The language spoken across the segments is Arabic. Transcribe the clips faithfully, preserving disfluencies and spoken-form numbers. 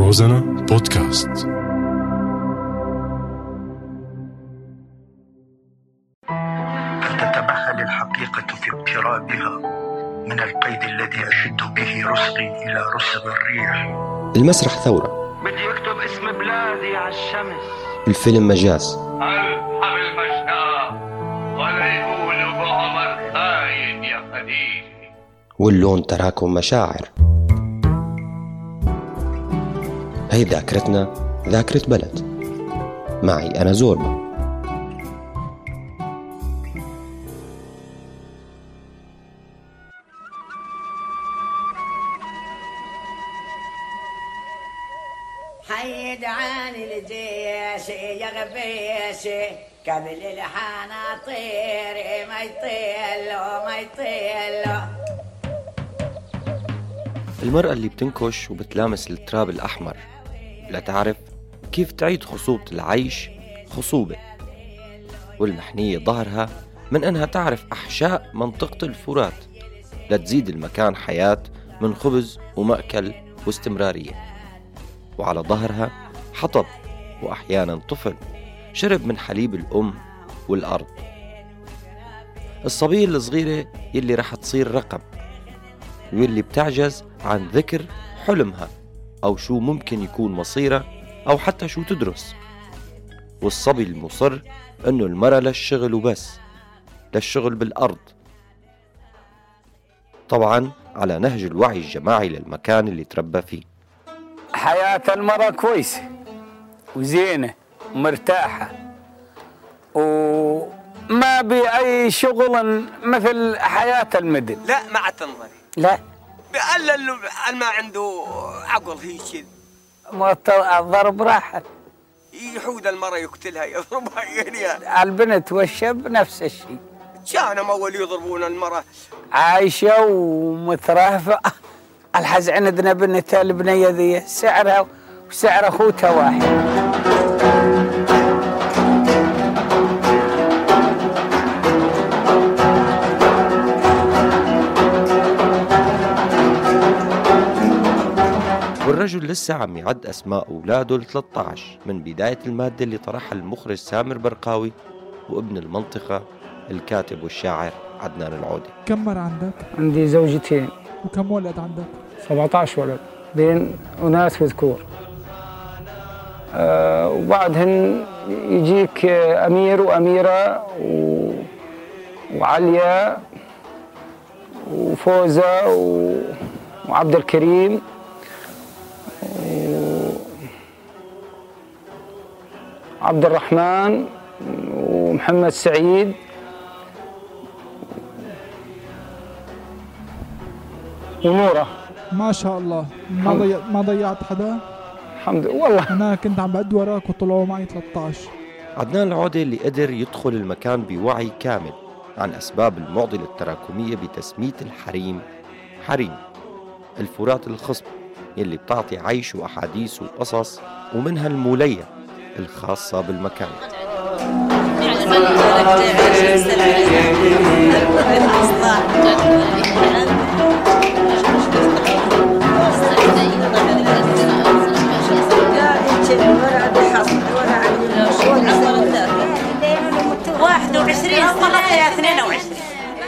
روزانا بودكاست. تتمهل الحقيقة في اقترابها من القيد الذي أشد به رسغي إلى رسغ الريح. المسرح ثورة. بدي أكتب اسم بلادي على الشمس. الفيلم مجاز. ألحم المشتاق ولا يقول بعمر خاين يا خديجي. واللون تراكم مشاعر. هي ذاكرتنا ذاكرة بلد. معي أنا زوربا. حيد عن الجيش يا غبيش قبل الحناطير ما يطيلو ما يطيلو. المرأة اللي بتنكش وبتلامس التراب الأحمر لا تعرف كيف تعيد خصوبة العيش خصوبة، والمحنية ظهرها من أنها تعرف أحشاء منطقة الفرات لتزيد المكان حياة من خبز ومأكل واستمرارية. وعلى ظهرها حطب وأحيانا طفل شرب من حليب الأم والأرض. الصبية الصغيرة يلي رح تصير رقم، واللي بتعجز عن ذكر حلمها أو شو ممكن يكون مصيرها أو حتى شو تدرس. والصبي المصر أنه المرأة للشغل وبس، للشغل بالأرض، طبعا على نهج الوعي الجماعي للمكان اللي تربى فيه. حياة المرأة كويسة وزينة ومرتاحة وما بأي شغل مثل حياة المدن. لا مع تنظري لا بقلل اللي ما عنده عقل هي شيء الضرب راحة يحود المرأة يقتلها يضربها يعني. البنت والشاب نفس الشيء، كانوا أول يضربون المرأة عايشة ومترافقة. الحز عندنا بنتها البنية ذي سعرها وسعر أخوتها واحد. والرجل لسه عم يعد أسماء أولاده ل ثلاثة عشر من بداية المادة اللي طرحها المخرج سامر برقاوي وابن المنطقة الكاتب والشاعر عدنان العودي. كم مرة عندك؟ عندي زوجتين. وكم ولد عندك؟ سبعة عشر ولد بين أناث وذكور. أه وبعدهن يجيك أمير وأميرة و... وعليا وفوزة و... وعبد الكريم وعبد الرحمن ومحمد سعيد ونورة. ما شاء الله. ما ضيعت ما ضيعت حدا؟ الحمد لله. والله أنا كنت عم بعد وراك وطلعوا معي ثلاثة عشر. عدنان العودي اللي قدر يدخل المكان بوعي كامل عن أسباب المعضلة التراكمية بتسمية الحريم حريم الفرات الخصب يلي بتعطي عيش وأحاديث وقصص، ومنها المولية الخاصة بالمكان. واحد وعشرين صلاة اثنين وعشرين.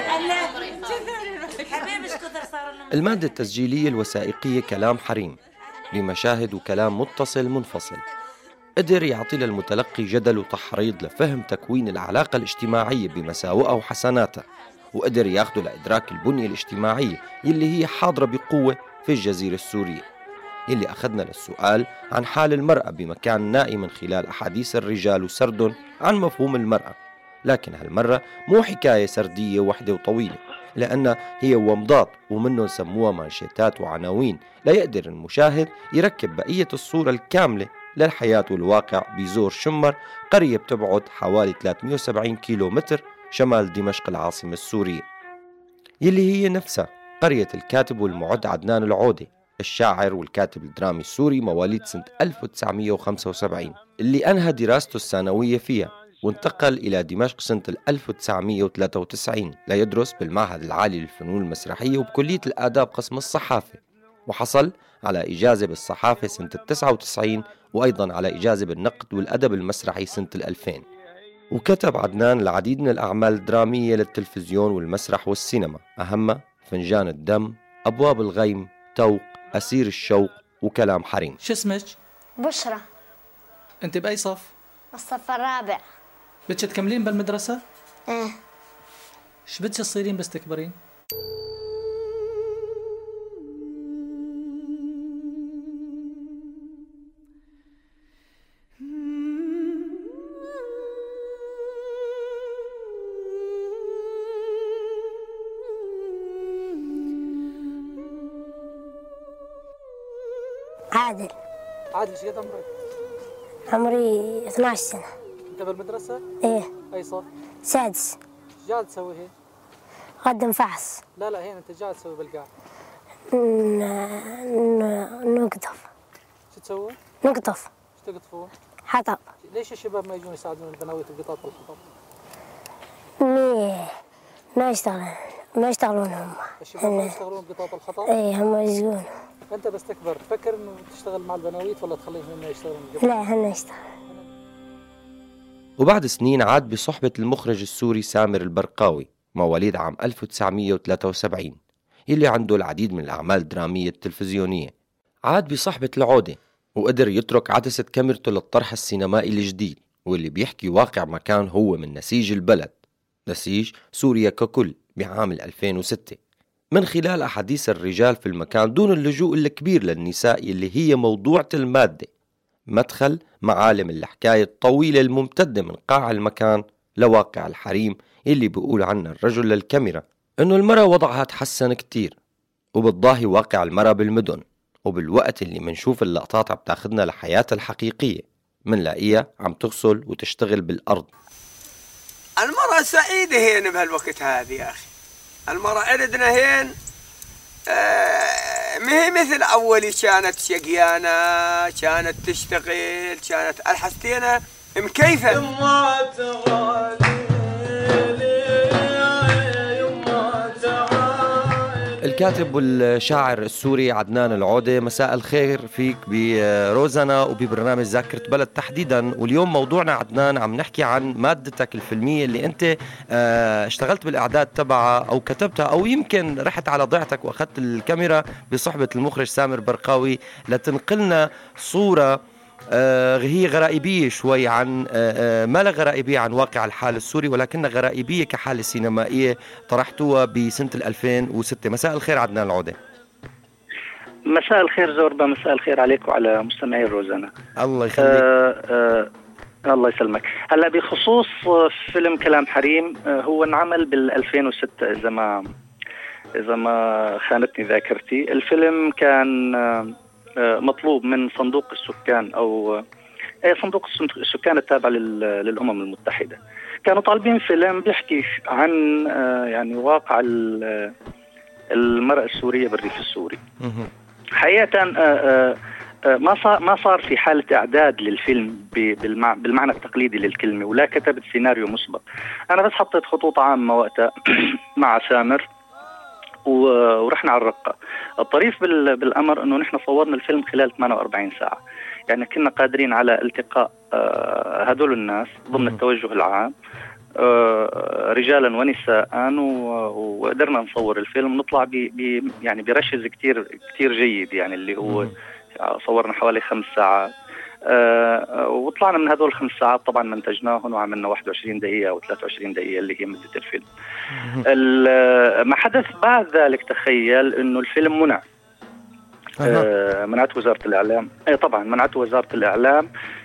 المادة التسجيلية الوثائقية كلام حريم لمشاهد وكلام متصل منفصل قدر يعطي للمتلقي جدل وتحريض لفهم تكوين العلاقة الاجتماعية بمساوئها وحسناتها، وقدر ياخده لإدراك البنية الاجتماعية يلي هي حاضرة بقوة في الجزيرة السورية، يلي أخذنا للسؤال عن حال المرأة بمكان نائي من خلال أحاديث الرجال وسردهم عن مفهوم المرأة. لكن هالمرة مو حكاية سردية وحدة وطويلة، لأن هي ومضات ومنهم سموها مانشيتات وعناوين لا يقدر المشاهد يركب بقية الصورة الكاملة للحياة والواقع بزور شمر، قرية بتبعد حوالي ثلاثمئة وسبعين كيلو متر شمال دمشق العاصمة السورية، يلي هي نفسها قرية الكاتب والمعد عدنان العودي، الشاعر والكاتب الدرامي السوري مواليد سنة ألف وتسعمئة وخمسة وسبعين، اللي أنهى دراسته الثانوية فيها وانتقل إلى دمشق سنة ألف وتسعمئة وثلاثة وتسعين ليدرس بالمعهد العالي للفنون المسرحية وبكلية الآداب قسم الصحافة، وحصل على إجازة بالصحافة سنة التسعة وتسعين، وأيضا على إجازة بالنقد والأدب المسرحي سنة الألفين. وكتب عدنان العديد من الأعمال الدرامية للتلفزيون والمسرح والسينما، أهمها فنجان الدم، أبواب الغيم، توق، أسير الشوق، وكلام حريم. شو اسمك؟ بشرى. أنت بأي صف؟ الصف الرابع. بدك تكملين بالمدرسة؟ ايه. شو بدك تصيرين بس تكبرين؟ عادل. عادل شو قد عمرك؟ عمري اثني عشر سنة. أنت بالمدرسة؟ ايه. أي صف؟ سادس. شو قاعد تسوي هين؟ قدم فحص. لا لا هين أنت قاعد تسوي بالقاع؟ نقطف. شو تسوي؟ نقطف. شو تقطفون؟ حطب. ليش الشباب ما يجون يساعدون البناويت بقطاط الحطب؟ مي ما يشتغلون ما يشتغلون هم. الشباب ما يشتغلون بقطاط الحطب؟ ايه هم يشتغلون. أنت بس تكبر تفكر إنه تشتغل مع البناويت ولا تخليهم هم يشتغلون؟ لا هم يشتغلون. وبعد سنين عاد بصحبة المخرج السوري سامر البرقاوي، مواليد عام ألف وتسعمية وثلاثة وسبعين، يلي عنده العديد من الأعمال الدرامية التلفزيونية. عاد بصحبة العودة وقدر يترك عدسة كاميرته للطرح السينمائي الجديد، واللي بيحكي واقع مكان هو من نسيج البلد، نسيج سوريا ككل، بعام ألفين وستة، من خلال أحاديث الرجال في المكان دون اللجوء الكبير للنساء اللي هي موضوعة المادة، مدخل معالم الحكاية الطويلة الممتدة من قاع المكان لواقع الحريم اللي بيقول عنه الرجل للكاميرا إنه المرأة وضعها تحسن كتير، وبالضاهي واقع المرأة بالمدن، وبالوقت اللي منشوف اللقطات عم تاخدنا لحياتها الحقيقية منلاقيها عم تغسل وتشتغل بالأرض. المرأة سعيدة هين بهالوقت هذه يا أخي. المرأة أردنا هين آه ما هي مثل أولي كانت شقيانة، كانت تشتغل، كانت الحستينة مكيفة. الكاتب والشاعر السوري عدنان العودة، مساء الخير فيك بروزانا وببرنامج ذاكرة بلد تحديدا. واليوم موضوعنا عدنان عم نحكي عن مادتك الفيلمية اللي انت اشتغلت بالإعداد تبعها أو كتبتها، أو يمكن رحت على ضيعتك وأخذت الكاميرا بصحبة المخرج سامر برقاوي لتنقلنا صورة آه هي غرائبية شوي عن آه آه ما لا غرائبية عن واقع الحال السوري، ولكنها غرائبية كحالة سينمائية طرحتوها بسنة ألفين وستة. مساء الخير عدنان العودة. مساء الخير زوربا، مساء الخير عليك وعلى مستمعي الروزانا. الله يخليك. آه آه الله يسلمك. هلا بخصوص فيلم كلام حريم، آه هو انعمل بال ألفين وستة إذا ما إذا ما خانتني ذاكرتي. الفيلم كان آه مطلوب من صندوق السكان أو صندوق السكان التابع للأمم المتحدة. كانوا طالبين فيلم بيحكي عن يعني واقع المرأة السورية بالريف السوري. حقيقة ما صار ما صار في حالة إعداد للفيلم بالمعنى التقليدي للكلمة، ولا كتبت سيناريو مسبق. أنا بس حطيت خطوط عامة وقتها مع سامر ورحنا على الرقة. الطريف بالأمر أنه نحن صورنا الفيلم خلال ثمانية وأربعين ساعة، يعني كنا قادرين على التقاء هدول الناس ضمن التوجه العام، رجالا ونساء، وقدرنا نصور الفيلم ونطلع ب يعني برشز كتير كتير جيد، يعني اللي هو صورنا حوالي خمس ساعات. أه وطلعنا من هذول الخمس ساعات طبعا منتجناهم وعملنا واحد وعشرين دقيقة أو ثلاثة وعشرين دقيقة اللي هي مدة الفيلم. ما حدث بعد ذلك تخيل إنه الفيلم منع. أه منعته وزارة الإعلام. أي طبعا منعته وزارة الإعلام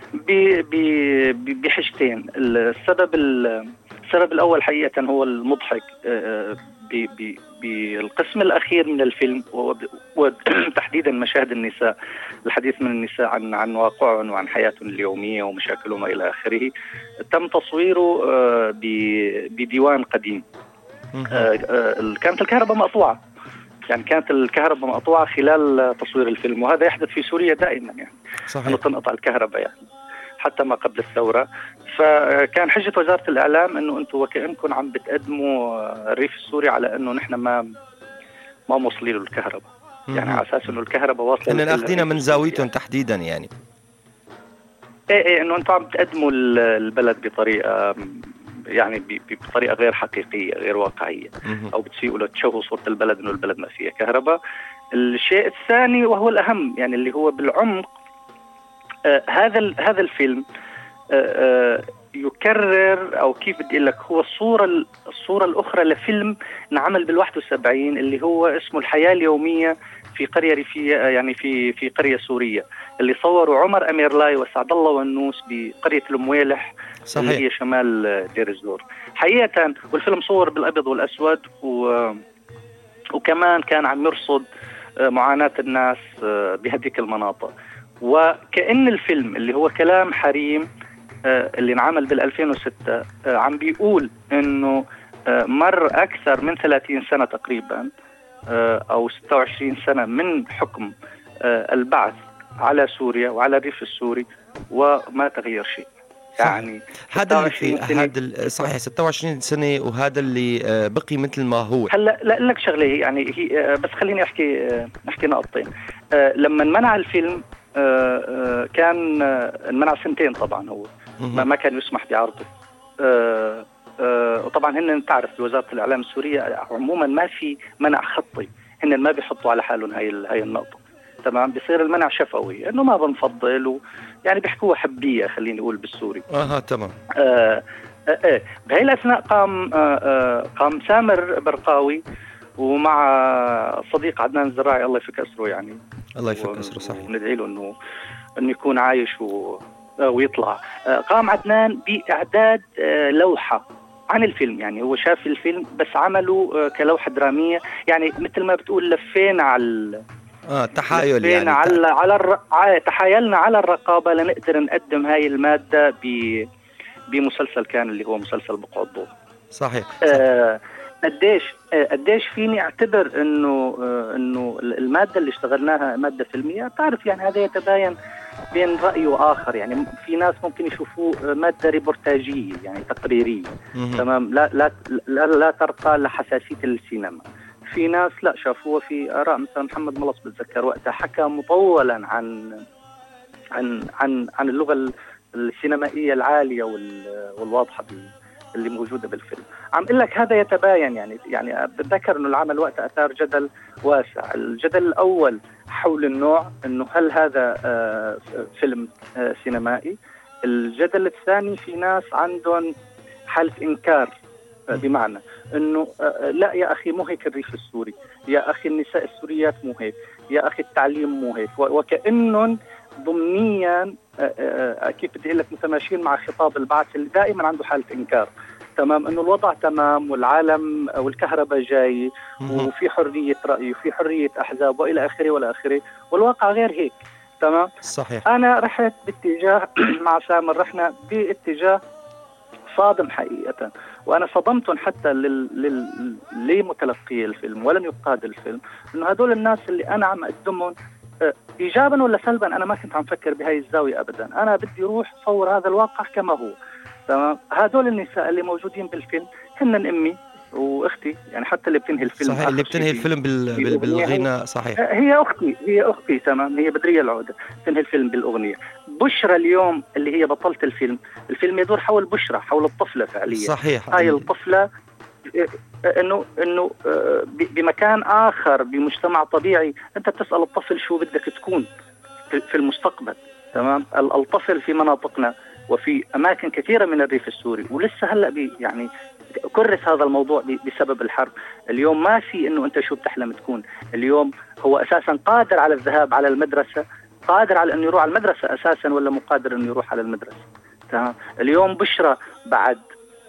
بحاجتين. السبب السبب الأول حقيقة هو المضحك، أه بالقسم الأخير من الفيلم وتحديدا مشاهد النساء، الحديث من النساء عن عن واقعهم وعن حياتهم اليومية ومشاكلهم إلى آخره، تم تصويره بديوان قديم. كانت الكهرباء مقطوعة، يعني كانت الكهرباء مقطوعة خلال تصوير الفيلم، وهذا يحدث في سوريا دائما، يعني صحيح. أنه تنقطع الكهرباء يعني حتى ما قبل الثورة. فكان حجة وزارة الإعلام إنه أنتم وكأنكم عم بتقدموا الريف السوري على إنه نحن ما ما موصلين له الكهرباء. يعني على اساس انه الكهرباء واصله إن أخذينا من زاويتهم تحديدا يعني. ايه ايه انه انتم عم تقدموا البلد بطريقه يعني بطريقه غير حقيقيه غير واقعيه، او بتسيئوا لتشوهوا صوره البلد انه البلد ما فيها كهرباء. الشيء الثاني وهو الاهم يعني اللي هو بالعمق، آه هذا هذا الفيلم آه آه يكرر، او كيف بدي اقول لك، هو الصوره الصوره الاخرى لفيلم انعمل بالواحد وسبعين اللي هو اسمه الحياه اليوميه في قريه ريفيه، يعني في في قريه سوريه، اللي صوروا عمر اميرلاي وسعد الله ونوس بقريه المويلح صحيح. اللي هي شمال دير الزور حقيقه. والفيلم صور بالابيض والاسود، و وكمان كان عم يرصد معاناه الناس بهذيك المناطق. وكأن الفيلم اللي هو كلام حريم اللي انعمل بالألفين وستة عم بيقول انه مر اكثر من ثلاثين سنة تقريبا او ستة وعشرين سنة من حكم البعث على سوريا وعلى الريف السوري وما تغير شيء. يعني هذا اللي في هذا صحيح ستة وعشرين سنة، وهذا اللي بقي مثل ما هو. هلا لا لك شغله يعني هي، بس خليني احكي نحكي نقطتين. لما منع الفيلم كان منع سنتين طبعا، هو ما كان يسمح بعرضه. وطبعا هن تعرف بوزارة الإعلام السورية عموما ما في منع خطي، هن ما بيحطوا على حالهم هاي هاي النقطة، تمام. بيصير المنع شفوي انه ما بنفضل و يعني بيحكوها حبية خليني اقول بالسوري. اها تمام. آه آه آه بهي الأثناء قام آه آه قام سامر برقاوي ومع صديق عدنان الزراعي الله يفك أسره، يعني الله يفك أسره صحيح، وندعي له انه انه يكون عايش و ويطلع. قام عدنان بإعداد لوحة عن الفيلم، يعني هو شاف الفيلم بس عمله كلوحة درامية، يعني مثل ما بتقول لفينا على اه تحايل يعني على على الر... تحايلنا على الرقابة لنقدر نقدم هاي المادة ب... بمسلسل كان اللي هو مسلسل بقعة الضوء. صحيح, صحيح. آه قديش قديش فيني اعتبر انه آه انه المادة اللي اشتغلناها مادة فيلمية. تعرف يعني هذا يتباين بين رأي وآخر، يعني في ناس ممكن يشوفوه مادة ريبورتاجية يعني تقريرية، تمام، لا لا لا, لا ترقى لحساسية السينما. في ناس لا شافوه في آراء، مثلا محمد ملص بتذكر وقتها حكى مطولا عن عن عن عن اللغة السينمائية العالية والواضحة اللي موجودة بالفيلم. عم اقول لك هذا يتباين، يعني يعني بتذكر انه العمل وقت اثار جدل واسع. الجدل الاول حول النوع، انه هل هذا آه فيلم آه سينمائي. الجدل الثاني في ناس عندهم حالة انكار، آه بمعنى انه آه لا يا اخي مو هيك الريف السوري، يا اخي النساء السوريات مو هيك، يا اخي التعليم مو هيك، وكأنهم ضمنيا آه آه كيف بدي اقول لك متماشيين مع خطاب البعث اللي دائما عنده حالة انكار، تمام، انه الوضع تمام والعالم والكهرباء جاي وفي حرية رأي وفي حرية احزاب والى اخره والى اخره، والواقع غير هيك، تمام. صحيح. انا رحت باتجاه مع سامر، رحنا باتجاه صادم حقيقة، وانا صدمتهم حتى لل... لل... لمتلقي الفيلم ولم يقاد الفيلم، انه هدول الناس اللي انا عم اقدمهم ايجابا ولا سلبا انا ما كنت عم فكر بهاي الزاوية ابدا. انا بدي اروح صور هذا الواقع كما هو، تمام. هذول النساء اللي موجودين بالفيلم هن امي واختي، يعني حتى اللي بتنهي الفيلم صحيح، اللي بتنهي الفيلم بال... بال... بالغناء صحيح، هي اختي هي اختي تمام، هي بدرية العودة تنهي الفيلم بالاغنية. بشرى اليوم اللي هي بطلة الفيلم، الفيلم يدور حول بشرى، حول الطفلة فعليا. صحيح. هاي الطفلة انه انه بمكان اخر بمجتمع طبيعي انت بتسأل الطفل شو بدك تكون في المستقبل، تمام. الطفل في مناطقنا وفي اماكن كثيره من الريف السوري ولسه هلا بي يعني كرس هذا الموضوع بسبب الحرب. اليوم ما في انه انت شو بتحلم تكون، اليوم هو اساسا قادر على الذهاب على المدرسه، قادر على انه يروح على المدرسه اساسا ولا مو قادر انه يروح على المدرسه، تمام. اليوم بشرى بعد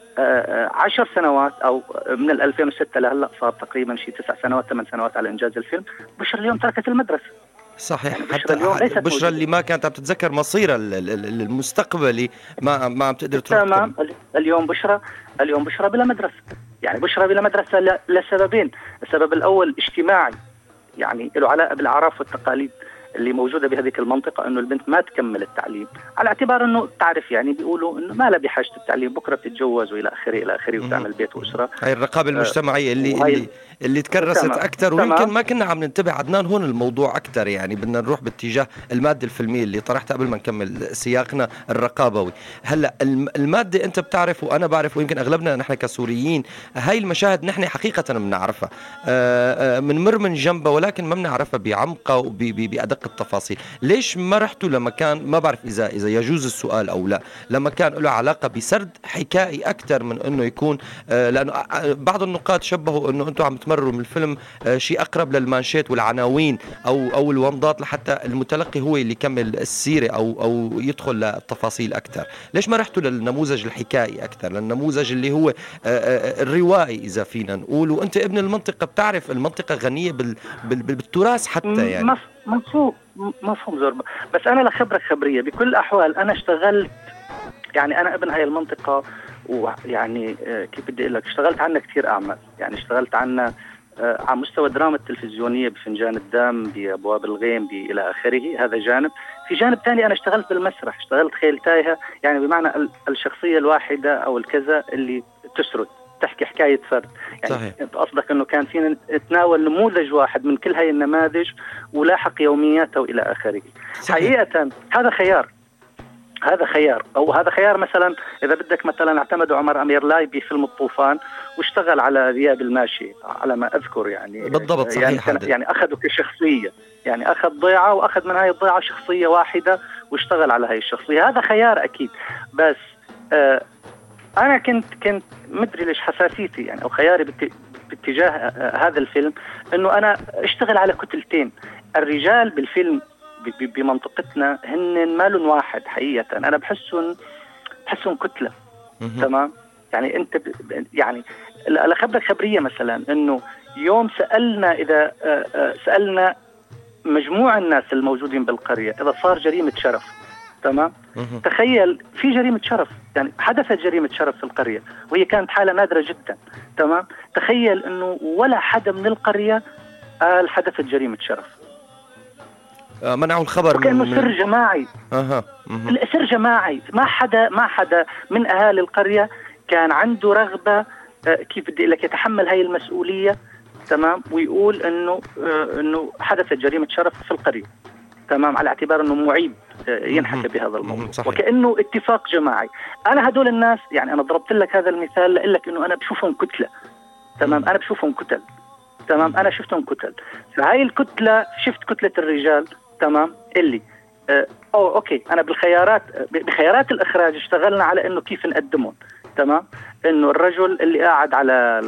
آه عشر سنوات او من ألفين وستة لهلا صار تقريبا شيء تسع سنوات ثمان سنوات على انجاز الفيلم. بشرى اليوم تركت المدرسه صحيح، يعني حتى بشرى, بشرى اللي ما كانت عم تتذكر مصيرها المستقبلي ما ما عم تقدر تروح. تمام. اليوم بشرى اليوم بشرى بلا مدرسه، يعني بشرى بلا مدرسه ل... لسببين. السبب الاول اجتماعي، يعني له علاقه بالاعراف والتقاليد. اللي موجوده بهذيك المنطقه انه البنت ما تكمل التعليم، على اعتبار انه تعرف يعني بيقولوا انه ما لها بحاجه التعليم، بكره بتتجوز والى اخره الى اخره وتعمل بيت واسره. هاي الرقابه المجتمعيه اللي اللي, اللي تكرست اكثر، ويمكن ما كنا عم ننتبه عدنان هون الموضوع اكثر، يعني بدنا نروح باتجاه الماده الفيلميه اللي طرحتها قبل ما نكمل سياقنا الرقابوي. هلا الماده انت بتعرف وانا بعرف ويمكن اغلبنا نحن كسوريين هاي المشاهد نحن حقيقه بنعرفها، بنمر من جنبها ولكن ما بنعرفها بعمقها وبأدق التفاصيل. ليش ما رحتوا لمكان، ما بعرف اذا اذا يجوز السؤال او لا، لمكان له علاقه بسرد حكائي اكثر من انه يكون، لانه بعض النقاد شبهوا انه انتم عم تمرروا من الفيلم شيء اقرب للمانشيت والعناوين او او الومضات لحتى المتلقي هو اللي يكمل السيره او او يدخل للتفاصيل اكثر. ليش ما رحتوا للنموذج الحكائي اكثر، للنموذج اللي هو الروائي اذا فينا نقول، وانت ابن المنطقه بتعرف المنطقه غنيه بال بالتراث حتى يعني مفهوم مفهوم زربة. بس انا لخبرك خبريه بكل الاحوال، انا اشتغلت يعني انا ابن هاي المنطقه، ويعني كيف بدي اقول لك اشتغلت عنا كثير اعمال، يعني اشتغلت عنا على مستوى دراما التلفزيونيه بفنجان الدم، بابواب الغيم، الى اخره، هذا جانب. في جانب ثاني انا اشتغلت بالمسرح، اشتغلت خيل تايهه، يعني بمعنى الشخصيه الواحده او الكذا اللي تسرد تحكي حكايه فرد، يعني صحيح. انت قصدك انه كان فينا نتناول نموذج واحد من كل هاي النماذج ولاحق يومياته والى اخره. حقيقه هذا خيار، هذا خيار او هذا خيار. مثلا اذا بدك مثلا اعتمدوا عمر امير لاي بفيلم الطوفان واشتغل على ذياب الماشي على ما اذكر، يعني بالضبط صحيح، يعني, يعني اخذوا كشخصيه، يعني اخذ ضيعه واخذ من هاي الضيعه شخصيه واحده واشتغل على هاي الشخصيه، هذا خيار اكيد. بس آه انا كنت كنت مدري ليش حساسيتي يعني او خياري باتجاه آه هذا الفيلم انه انا اشتغل على كتلتين. الرجال بالفيلم بمنطقتنا هن مال واحد حقيقة، أنا بحسهم بحسهم كتلة. تمام، يعني أنت يعني لخبرك خبرية مثلا إنه يوم سألنا إذا سألنا مجموع الناس الموجودين بالقرية إذا صار جريمة شرف، تمام، تخيل في جريمة شرف، يعني حدثت جريمة شرف في القرية وهي كانت حالة نادرة جدا، تمام، تخيل إنه ولا حدا من القرية قال حدثت جريمة شرف، منعوا الخبر كأنه من سر جماعي. اها سر جماعي، ما حدا ما حدا من اهالي القريه كان عنده رغبه كيف بدي لك يتحمل هاي المسؤوليه، تمام، ويقول انه انه حدثت جريمه شرف في القريه، تمام، على اعتبار انه معيب ينحكى بهذا الموضوع، وكانه اتفاق جماعي. انا هدول الناس يعني انا ضربت لك هذا المثال لاقول لك انه انا بشوفهم كتله، تمام، انا بشوفهم كتل، تمام، انا شفتهم كتل. فهاي الكتله شفت كتله الرجال، تمام، اللي اه أو اوكي انا بالخيارات بخيارات الاخراج اشتغلنا على انه كيف نقدمهم، تمام، انه الرجل اللي قاعد على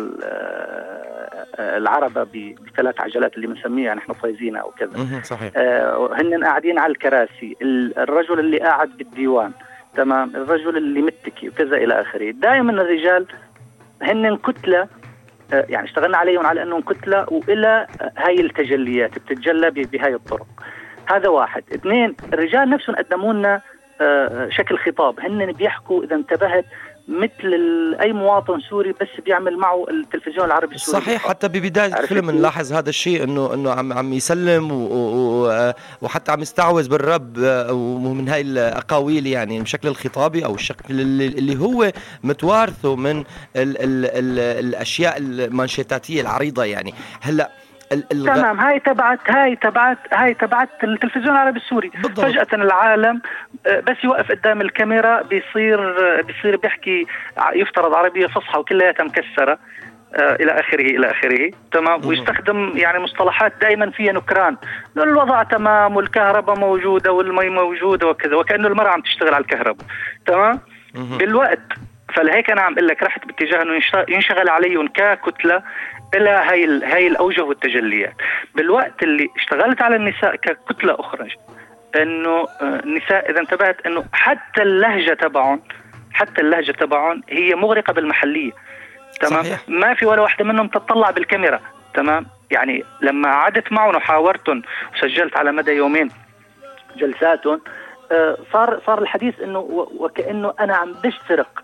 العربه بثلاث عجلات اللي بنسميها نحن فايزينها او كذا، صحيح، آه هن قاعدين على الكراسي، الرجل اللي قاعد بالديوان، تمام، الرجل اللي متكي وكذا الى اخره. دائما الرجال هن كتله، يعني اشتغلنا عليهم على انهم كتله والى هاي التجليات بتتجلى بهاي الطرق. هذا واحد. اثنين، الرجال نفسهم قدموا لنا شكل خطاب، هن بيحكوا اذا انتبهت مثل اي مواطن سوري بس بيعمل معه التلفزيون العربي السوري. صحيح، حتى ببدايه الفيلم نلاحظ هذا الشيء انه انه عم عم يسلم و و وحتى عم يستعوذ بالرب ومن هاي الاقاويل، يعني بشكل الخطابي او الشكل اللي, اللي هو متوارثه من ال ال ال الاشياء المانشيتاتيه العريضه. يعني هلا تمام، هاي تبعت هاي تبعت هاي تبعت التلفزيون العربي السوري. بالضبط. فجأة العالم بس يوقف قدام الكاميرا بيصير بيصير بيحكي يفترض عربية فصحى وكلها مكسرة الى اخره الى اخره، تمام، ويستخدم يعني مصطلحات دائما فيها نكران، الوضع تمام والكهرباء موجودة والمي موجودة وكذا، وكأنه المرأة عم تشتغل على الكهرباء، تمام. بالوقت فلهيك انا عم اقول لك رحت باتجاه انه ينشغل عليهم ككتلة الى هاي هاي الاوجه والتجليات. بالوقت اللي اشتغلت على النساء ككتله اخرى، انه النساء اذا انتبهت انه حتى اللهجه تبعهم حتى اللهجه تبعهم هي مغرقه بالمحليه، تمام. صحيح. ما في ولا واحده منهم تطلع بالكاميرا، تمام. يعني لما قعدت معهم وحاورتهم وسجلت على مدى يومين جلساتهم، صار صار الحديث انه وكانه انا عم بشترق،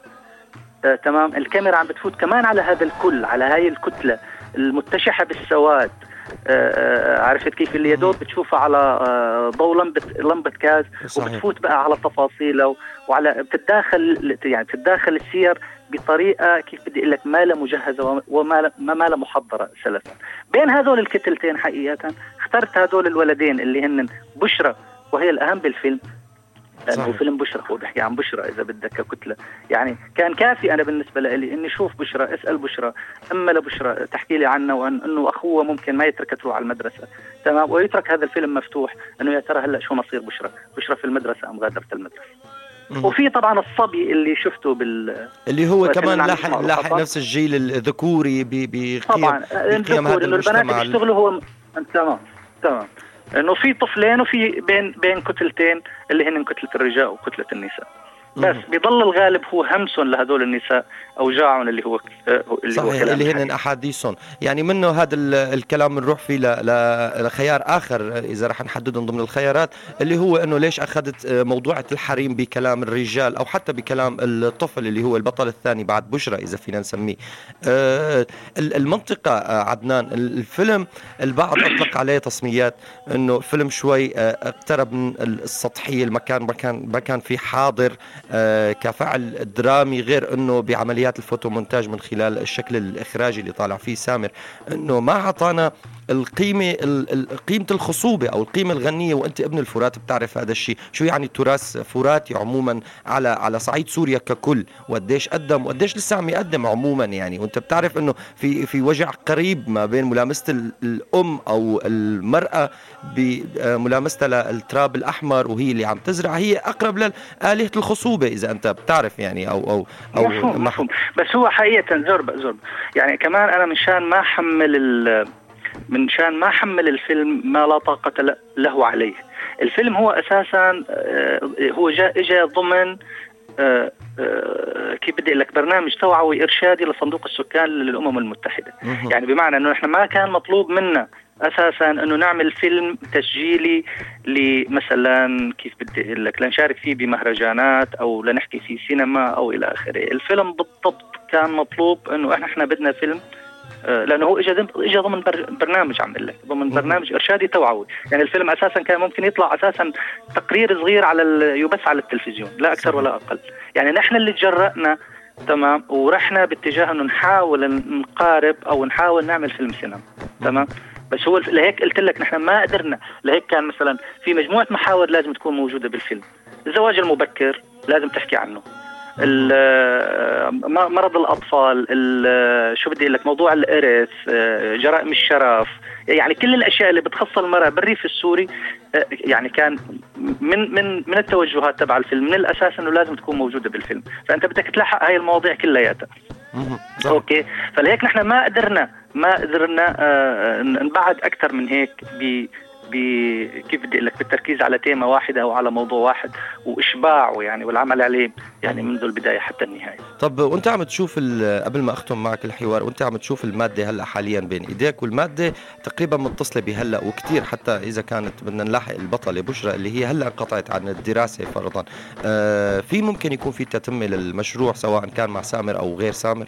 تمام. الكاميرا عم بتفوت كمان على هذا الكل، على هاي الكتله المتشحة بالسواد، عرفت كيف اللي يدوب بتشوفها على ضوء لمبة لمبة كاز، وبتفوت بقى على تفاصيله وعلى بتتداخل يعني بتتداخل السير بطريقة كيف بدي أقول لك ما لا مجهزة وما ما لا محضرة سلفا. بين هذول الكتلتين حقيقة اخترت هذول الولدين اللي هن بشرى وهي الأهم بالفيلم، لأنه فيلم بشرى هو بيحكي عن بشرى إذا بدك ككتلة. يعني كان كافي أنا بالنسبة لي إني شوف بشرى، أسأل بشرى، أما لبشرى تحكي لي عنه وأن إنه أخوه ممكن ما يترك تروح على المدرسة، تمام، ويترك هذا الفيلم مفتوح إنه يا ترى هلا شو مصير بشرى، بشرى في المدرسة أم غادرت المدرسة. وفي طبعا الصبي اللي شفته بال اللي هو كمان لاحق لاحق نفس الجيل الذكوري بقيم طبعا بقيم هذا المجتمع. البنات بيشتغلوا هو تمام تمام انه في طفلين وفي بين بين كتلتين اللي هن كتلة الرجال وكتلة النساء، بس بيضل الغالب هو همسهم لهدول النساء اوجاعهم اللي هو اللي صحيح هو اللي هن احاديثهم. يعني منه هذا الكلام بنروح فيه لخيار اخر اذا رح نحددهم ضمن الخيارات، اللي هو انه ليش اخذت موضوعة الحريم بكلام الرجال او حتى بكلام الطفل اللي هو البطل الثاني بعد بشرى اذا فينا نسميه. المنطقة عدنان، الفيلم البعض اطلق عليه تصميات انه فيلم شوي اقترب من السطحية، المكان مكان ما كان في حاضر آه كفعل درامي، غير انه بعمليات الفوتومونتاج من خلال الشكل الاخراجي اللي طالع فيه سامر، انه ما عطانا القيمة قيمة الخصوبة او القيمة الغنية. وانت ابن الفرات بتعرف هذا الشيء، شو يعني تراث فراتي عموما على على صعيد سوريا ككل، وقديش قدم وقديش لسه عم يقدم عموما يعني. وانت بتعرف انه في في وجع قريب ما بين ملامسة الام او المرأة بملامستها للتراب الاحمر، وهي اللي عم تزرع، هي اقرب لآلهة الخصوبة اذا انت بتعرف يعني او او او مفهوم مفهوم. بس هو حقيقة زربة زربة يعني كمان انا منشان ما حمل ال من شان ما حمل الفيلم ما لا طاقة له عليه. الفيلم هو أساسا هو جاء إجا ضمن كيف بدي لك برنامج توعوي إرشادي لصندوق السكان للأمم المتحدة. يعني بمعنى أنه إحنا ما كان مطلوب منا أساسا أنه نعمل فيلم تسجيلي لمثلا كيف بدي لك لنشارك فيه بمهرجانات أو لنحكي فيه سينما أو إلى آخره. الفيلم بالضبط كان مطلوب أنه إحنا إحنا بدنا فيلم، لانه هو اجى اجى ضمن برنامج عم اقول لك ضمن برنامج ارشادي توعوي. يعني الفيلم اساسا كان ممكن يطلع اساسا تقرير صغير على يبث على التلفزيون لا اكثر ولا اقل. يعني نحن اللي تجرأنا تمام ورحنا باتجاه انه نحاول نقارب او نحاول نعمل فيلم سينما تمام. بس هو لهيك قلت لك نحن ما قدرنا، لهيك كان مثلا في مجموعه محاور لازم تكون موجوده بالفيلم. الزواج المبكر لازم تحكي عنه، مرض الأطفال، شو بدي لك موضوع الإرث، جرائم الشرف، يعني كل الأشياء اللي بتخص المرأة بالريف السوري يعني كان من من من التوجهات تبع الفيلم من الأساس إنه لازم تكون موجودة بالفيلم. فأنت بدك تلحق هاي المواضيع كلياتها. أوكي، فلهيك نحن ما قدرنا ما قدرنا نبعد أكثر من هيك ب كيف بدي لك بالتركيز على تيمة واحدة أو على موضوع واحد وإشباعه يعني والعمل عليه يعني منذ البداية حتى النهاية. طب وانت عم تشوف قبل ما أختم معك الحوار، وانت عم تشوف المادة هلأ حاليا بين إيديك، والمادة تقريبا متصلة بهلأ وكتير، حتى إذا كانت بدنا نلاحق البطلة بشرى اللي هي هلأ انقطعت عن الدراسة فرضا، آه في ممكن يكون في تتمة للمشروع سواء كان مع سامر أو غير سامر؟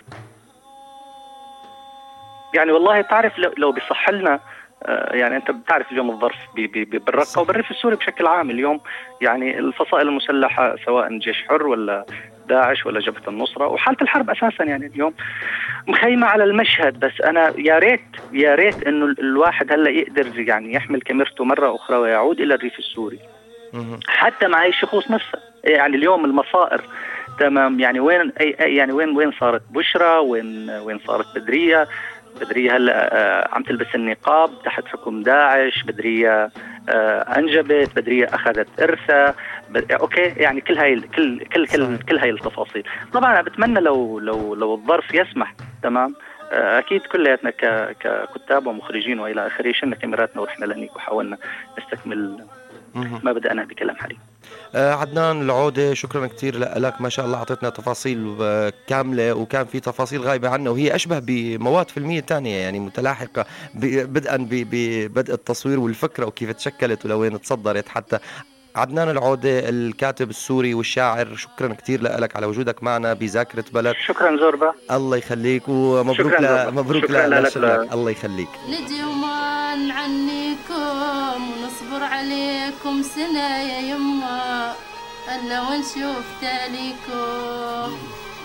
يعني والله تعرف لو, لو بيصح لنا يعني أنت بتعرف اليوم الظرف بالرقة وبالريف السوري بشكل عام اليوم، يعني الفصائل المسلحة سواء جيش حر ولا داعش ولا جبهة النصرة وحالة الحرب أساسا يعني اليوم مخيمة على المشهد. بس أنا يا ريت يا ريت إنه الواحد هلا يقدر يعني يحمل كاميرته مرة أخرى ويعود إلى الريف السوري حتى مع أي شخوص نفسه. يعني اليوم المصائر تمام، يعني وين أي يعني وين وين صارت بشرى، وين وين صارت بدرية. بدرية هلا عم تلبس النقاب تحت حكم داعش، بدرية انجبت، بدرية اخذت ارثها، اوكي يعني كل هاي كل كل كل كل هاي التفاصيل. طبعا انا بتمنى لو لو لو الظرف يسمح تمام، اكيد كلياتنا ككتاب ومخرجين والى اخره شلنا كاميراتنا ورحنا لهنيك وحاولنا نستكمل ما بدأنا بكلام حريم. آه عدنان العودة، شكرا كتير لك، ما شاء الله أعطيتنا تفاصيل كاملة وكان في تفاصيل غايبة عنا وهي أشبه بمواد فيلمية تانية يعني متلاحقة بدءا ببدء التصوير والفكرة وكيف تشكلت ولوين تصدرت حتى. عدنان العودة الكاتب السوري والشاعر، شكرا كتير لك على وجودك معنا بذاكرة بلد. شكرا زوربا. الله يخليك ومبروك ل... مبروك لك. الله يخليك. نعنيكم ونصبر عليكم سنة يا يما إلا ونشوف تاليكم.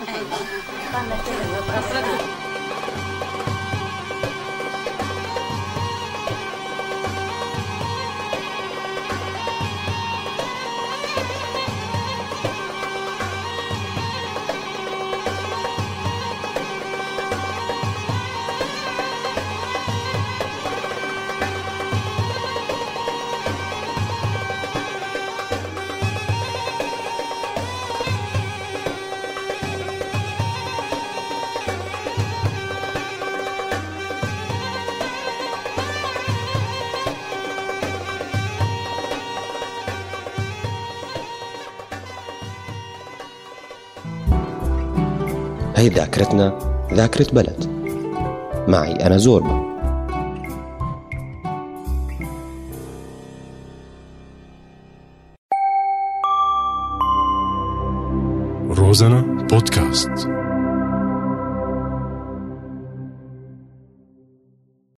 هي ذاكرتنا ذاكرة بلد. معي أنا زوربا. روزانا بودكاست.